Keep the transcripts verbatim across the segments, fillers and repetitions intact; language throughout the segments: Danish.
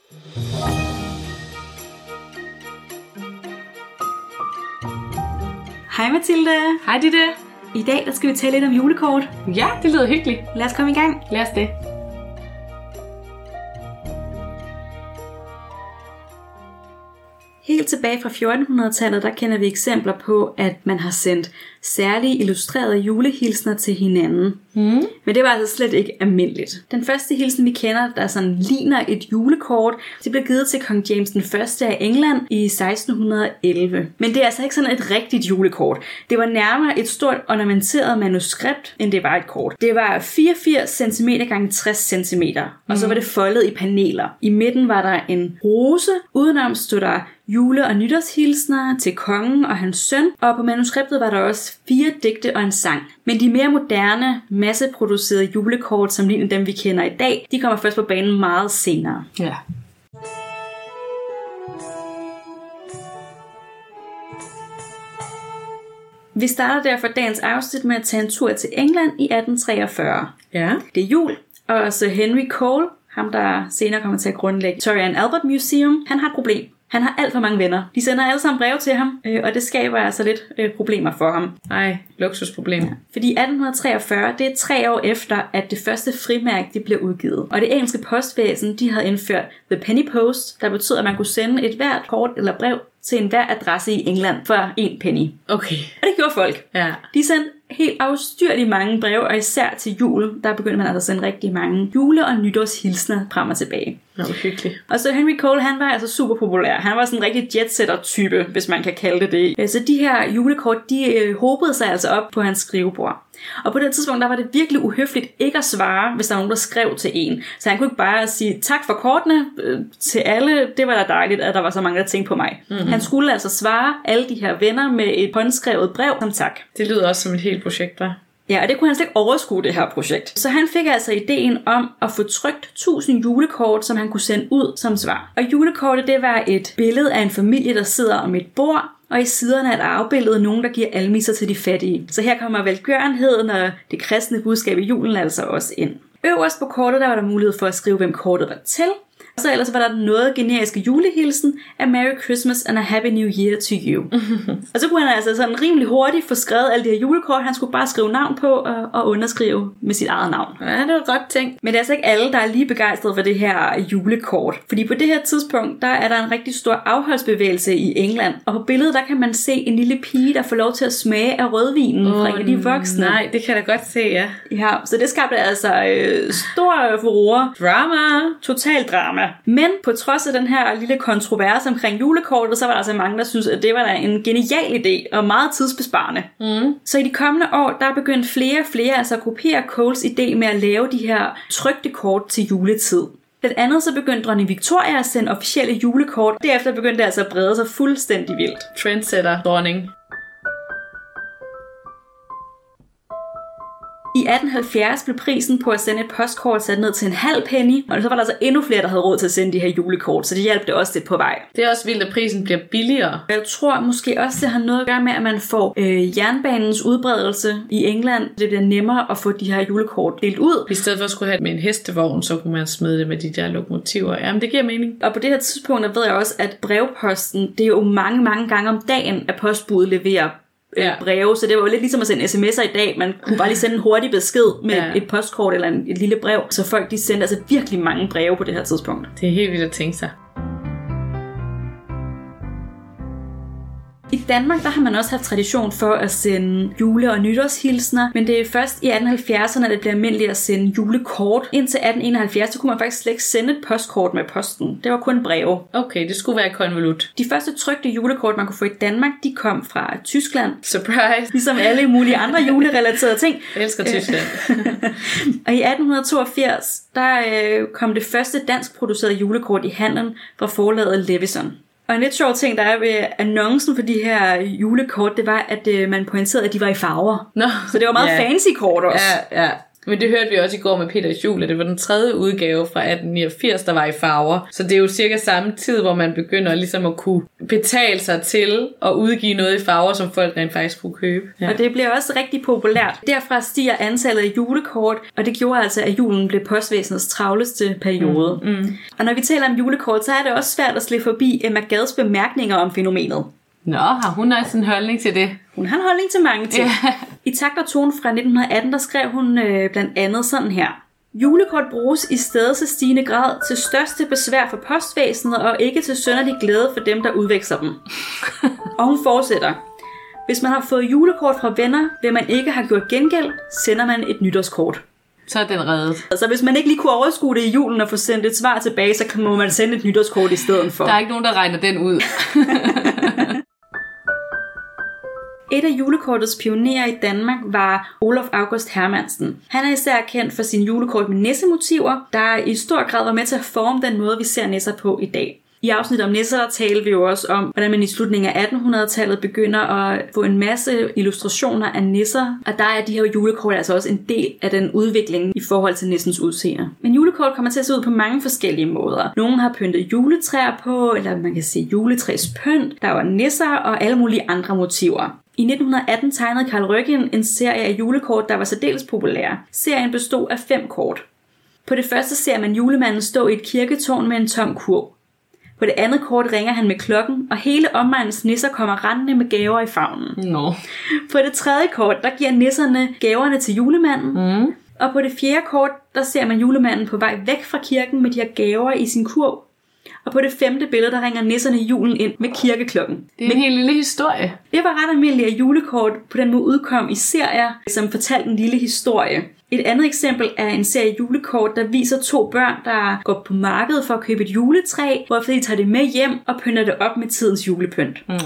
Hej Mathilde. Hej Ditte. I dag der skal vi tale lidt om julekort. Ja, det lyder hyggeligt. Lad os komme i gang. Lad os det. Helt tilbage fra fjortenhundredetallet, der kender vi eksempler på, at man har sendt særlige illustrerede julehilsner til hinanden. Mm. Men det var altså slet ikke almindeligt. Den første hilsen, vi kender, der sådan ligner et julekort, det blev givet til kong James den første af England i seksten elleve. Men det er altså ikke sådan et rigtigt julekort. Det var nærmere et stort ornamenteret manuskript, end det var et kort. Det var fireogfirs centimeter gange tres centimeter, mm. og så var det foldet i paneler. I midten var der en rose, udenom stod der jule- og nytårshilsner til kongen og hans søn, og på manuskriptet var der også fire digte og en sang. Men de mere moderne, masseproducerede julekort, som ligner dem vi kender i dag, de kommer først på banen meget senere. Ja. Vi starter derfor dagens afsnit med at tage en tur til England i atten treogfyrre. Ja. Det er jul, og Sir Henry Cole, ham der senere kommer til at grundlægge Victoria and Albert Museum, han har et problem. Han har alt for mange venner. De sender alle sammen breve til ham, øh, og det skaber altså lidt øh, problemer for ham. Ej, luksusproblem. Ja. Fordi atten treogfyrre, det er tre år efter, at det første frimærke det blev udgivet. Og det engelske postvæsen, de havde indført The Penny Post, der betød, at man kunne sende et hvert kort eller brev til enhver adresse i England for en penny. Okay. Og det gjorde folk. Ja. De sendte helt afstyrligt mange breve, og især til jul, der begyndte man altså at sende rigtig mange jule- og nytårshilsner frem og tilbage. Nå, hyggeligt. Og så Henry Cole, han var altså super populær. Han var sådan en rigtig jetsetter-type, hvis man kan kalde det det. Så de her julekort, de øh, håbede sig altså op på hans skrivebord. Og på det tidspunkt, der var det virkelig uhøfligt ikke at svare, hvis der var nogen, der skrev til en. Så han kunne ikke bare sige tak for kortene øh, til alle. Det var da dejligt, at der var så mange, der tænkte på mig. Mm-hmm. Han skulle altså svare alle de her venner med et håndskrevet brev som tak. Det lyder også som et helt projekt, hva'? Ja, og det kunne han slet ikke overskue, det her projekt. Så han fik altså ideen om at få trykt tusind julekort, som han kunne sende ud som svar. Og julekortet, det var et billede af en familie, der sidder om et bord, og i siderne er der afbildet nogen, der giver almisser til de fattige. Så her kommer velgørenheden og det kristne budskab i julen altså også ind. Øverst på kortet, der var der mulighed for at skrive, hvem kortet var til. Og så ellers var der den noget generiske julehilsen af Merry Christmas and a Happy New Year to you. Og så kunne han altså sådan rimelig hurtigt få skrevet alle de her julekort. Han skulle bare skrive navn på og, og underskrive med sit eget navn. Ja, det var godt tænkt. Men det er altså ikke alle, der er lige begejstrede for det her julekort. Fordi på det her tidspunkt, der er der en rigtig stor afholdsbevægelse i England. Og på billedet, der kan man se en lille pige, der får lov til at smage af rødvinen oh, fra de voksne. Nej, det kan jeg da godt se, ja. Ja, så det skabte altså øh, stor furore. Drama. Total drama. Men på trods af den her lille kontrovers omkring julekortet, så var der altså mange, der synes, at det var da en genial idé og meget tidsbesparende. Mm. Så i de kommende år, der begyndte flere og flere altså at kopiere Coles idé med at lave de her trykte kort til juletid. Blandt andet så begyndte dronning Victoria at sende officielle julekort. Derefter begyndte det altså at brede sig fuldstændig vildt. Trendsetter, dronning. I atten halvfjerds blev prisen på at sende et postkort sat ned til en halv penny, og så var der altså endnu flere, der havde råd til at sende de her julekort, så det hjalp det også lidt på vej. Det er også vildt, at prisen bliver billigere. Jeg tror måske også, det har noget at gøre med, at man får øh, jernbanens udbredelse i England. Det bliver nemmere at få de her julekort delt ud. I stedet for at skulle have det med en hestevogn, så kunne man smide det med de der lokomotiver. Jamen, det giver mening. Og på det her tidspunkt ved jeg også, at brevposten, det er jo mange, mange gange om dagen, at postbudet leverer ja. breve, så det var jo lidt ligesom at sende sms'er i dag. Man kunne bare lige sende en hurtig besked med ja. et postkort eller en, et lille brev. Så folk de sendte altså virkelig mange breve på det her tidspunkt. Det er helt vildt at tænke sig. I Danmark der har man også haft tradition for at sende jule- og nytårshilsner, men det er først i atten halvfjerdserne, at det bliver almindeligt at sende julekort. Indtil atten enoghalvfjerds så kunne man faktisk slet ikke sende et postkort med posten. Det var kun breve. Okay, det skulle være konvolut. De første trykte julekort, man kunne få i Danmark, de kom fra Tyskland. Surprise! Ligesom alle mulige andre julerelaterede ting. Jeg elsker Tyskland. Og i atten toogfirs, der øh, kom det første dansk producerede julekort i handlen fra forlaget Levison. Og en lidt sjov ting, der er ved annoncen for de her julekort, det var, at øh, man pointerede, at de var i farver. No. Så det var meget yeah. fancy kort også. Ja, ja. Men det hørte vi også i går med Peters Jul, at det var den tredje udgave fra atten niogfirs, der var i farver. Så det er jo cirka samme tid, hvor man begynder ligesom at kunne betale sig til at udgive noget i farver, som folk rent faktisk kunne købe. Ja. Og det bliver også rigtig populært. Derfra stiger antallet af julekort, og det gjorde altså, at julen blev postvæsenets travleste periode. Mm. Mm. Og når vi taler om julekort, så er det også svært at slippe forbi Emma Gads bemærkninger om fænomenet. Nå, har hun også en holdning til det? Hun har en holdning til mange ting. Yeah. I Takt og Tone fra nitten atten, der skrev hun øh, blandt andet sådan her. Julekort bruges i stedet til stigende grad til største besvær for postvæsenet og ikke til synderlig glæde for dem, der udveksler dem. Og hun fortsætter. Hvis man har fået julekort fra venner, vil man ikke have gjort gengæld, sender man et nytårskort. Så er den reddet. Altså hvis man ikke lige kunne overskue det i julen og få sendt et svar tilbage, så må man sende et nytårskort i stedet for. Der er ikke nogen, der regner den ud. Et af julekortets pionerer i Danmark var Olof August Hermansen. Han er især kendt for sine julekort med nissemotiver, der i stor grad var med til at forme den måde, vi ser nisser på i dag. I afsnit om nisser, der taler vi jo også om, hvordan man i slutningen af attenhundredetallet begynder at få en masse illustrationer af nisser. Og der er de her julekort altså også en del af den udvikling i forhold til nissens udseende. Men julekort kommer til at se ud på mange forskellige måder. Nogle har pyntet juletræer på, eller man kan se juletræspynt. Der var nisser og alle mulige andre motiver. I nitten atten tegnede Carl Røggen en serie af julekort, der var særdeles populære. Serien bestod af fem kort. På det første ser man julemanden stå i et kirketårn med en tom kurv. På det andet kort ringer han med klokken, og hele omegnens nisser kommer rendende med gaver i favnen. No. På det tredje kort, der giver nisserne gaverne til julemanden. Mm. Og på det fjerde kort, der ser man julemanden på vej væk fra kirken med de her gaver i sin kurv. Og på det femte billede, der ringer nisserne julen ind med kirkeklokken. Det er en helt lille historie. Det var ret almindeligt, at julekort på den måde udkom i serier, som fortalte en lille historie. Et andet eksempel er en serie julekort, der viser to børn, der går på markedet for at købe et juletræ, hvorefter de tager det med hjem og pynter det op med tidens julepynt. Mm.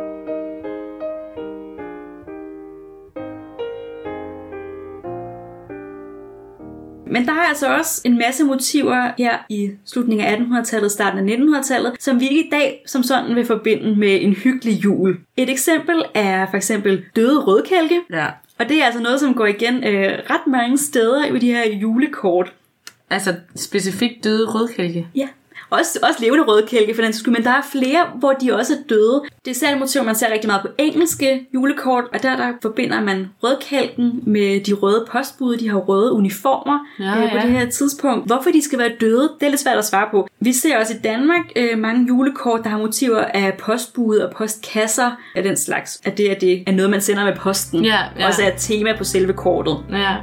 Men der er altså også en masse motiver her i slutningen af attenhundredetallet, starten af nittenhundredetallet, som vi ikke i dag som sådan vil forbinde med en hyggelig jul. Et eksempel er for eksempel døde rødkælke. Ja. Og det er altså noget, som går igen øh, ret mange steder i de her julekort. Altså specifikt døde rødkælke? Ja. Også, også levende rødkælke for den skyld, men der er flere, hvor de også er døde. Det er særligt motiv, man ser rigtig meget på engelske julekort, og der, der forbinder man rødkælken med de røde postbude, de har røde uniformer ja, øh, på ja. det her tidspunkt. Hvorfor de skal være døde, det er lidt svært at svare på. Vi ser også i Danmark øh, mange julekort, der har motiver af postbude og postkasser af den slags. At det er, det er noget, man sender med posten. Ja, ja. Også er et tema på selve kortet. Ja.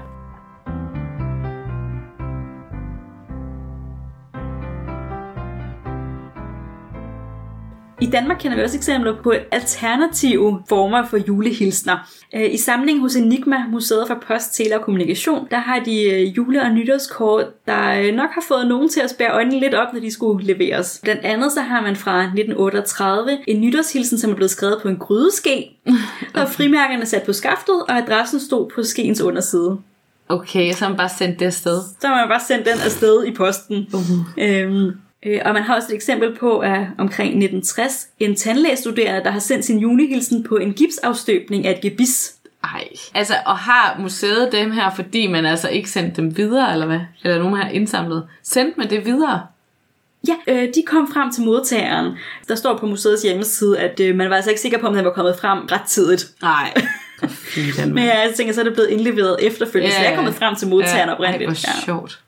I Danmark kender vi også eksempler på alternative former for julehilsner. I samling hos Enigma, Museet for Post, Tele og Kommunikation, der har de jule- og nytårskort, der nok har fået nogen til at spærre øjnene lidt op, når de skulle leveres. Blandt andet så har man fra nitten otteogtredive en nytårshilsen, som er blevet skrevet på en grydeske, og frimærkerne sat på skaftet, og adressen stod på skeens underside. Okay, så har man bare sendt det afsted. Så har man bare sendt den afsted i posten. Uh-huh. Øhm, Øh, og man har også et eksempel på, at omkring nitten tres, en tandlægestuderende, der har sendt sin julehilsen på en gipsafstøbning af et gebis. Ej, altså, og har museet dem her, fordi man altså ikke sendte dem videre, eller hvad? Eller nogen har indsamlet. Sendte man det videre? Ja, øh, de kom frem til modtageren. Der står på museets hjemmeside, at øh, man var altså ikke sikker på, om den var kommet frem ret tidligt. Nej. Men jeg tænker, så er det blevet indleveret efterfølgende, ja, så jeg er kommet frem til modtageren ja, oprindeligt. Det var sjovt.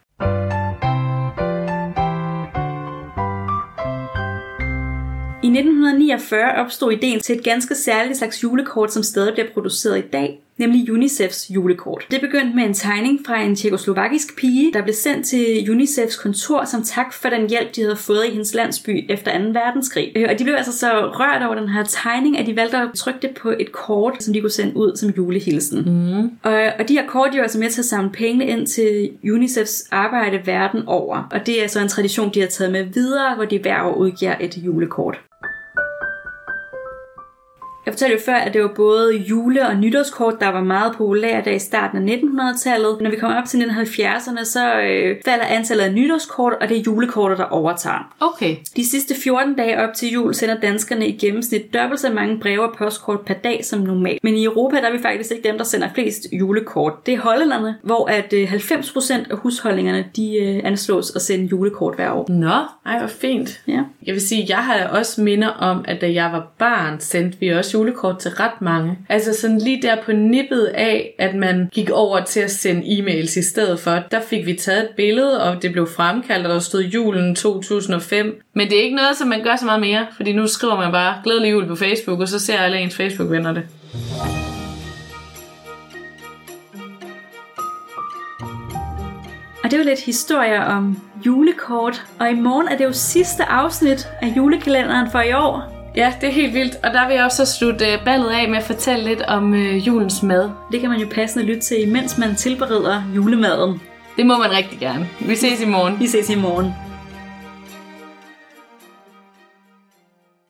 I nitten niogfyrre opstod ideen til et ganske særligt slags julekort, som stadig bliver produceret i dag, nemlig UNICEFs julekort. Det begyndte med en tegning fra en tjekkoslovakisk pige, der blev sendt til UNICEFs kontor som tak for den hjælp, de havde fået i hendes landsby efter anden verdenskrig. Og de blev altså så rørt over den her tegning, at de valgte at trykke det på et kort, som de kunne sende ud som julehilsen. Mm. Og, og de her kort er altså med til at samle penge ind til UNICEFs arbejde verden over. Og det er så en tradition, de har taget med videre, hvor de hver år udgiver et julekort. Jeg fortalte jo før, at det var både jule- og nytårskort, der var meget populære der i starten af nittenhundredetallet. Når vi kommer op til nitten halvfjerdserne, så øh, falder antallet af nytårskort, og det er julekortet, der overtager. Okay. De sidste fjorten dage op til jul sender danskerne i gennemsnit dobbelt så mange breve og postkort per dag som normalt. Men i Europa der er vi faktisk ikke dem, der sender flest julekort. Det er hollænderne, hvor at øh, halvfems procent af husholdningerne de øh, anslås at sende julekort hver år. Nå, ej hvor fint. Ja. Jeg vil sige, jeg har også minder om, at da jeg var barn, sendte vi også julekort til ret mange. Altså sådan lige der på nippet af, at man gik over til at sende e-mails i stedet for. Der fik vi taget et billede, og det blev fremkaldt, og der stod julen to tusind og fem. Men det er ikke noget, som man gør så meget mere, fordi nu skriver man bare glædelig jul på Facebook, og så ser alle ens Facebook-venner det. Og det var lidt historier om julekort, og i morgen er det jo sidste afsnit af julekalenderen for i år. Ja, det er helt vildt, og der vil jeg også slutte ballet af med at fortælle lidt om øh, julens mad. Det kan man jo passende lytte til, imens man tilbereder julemaden. Det må man rigtig gerne. Vi ses i morgen. Vi ses i morgen.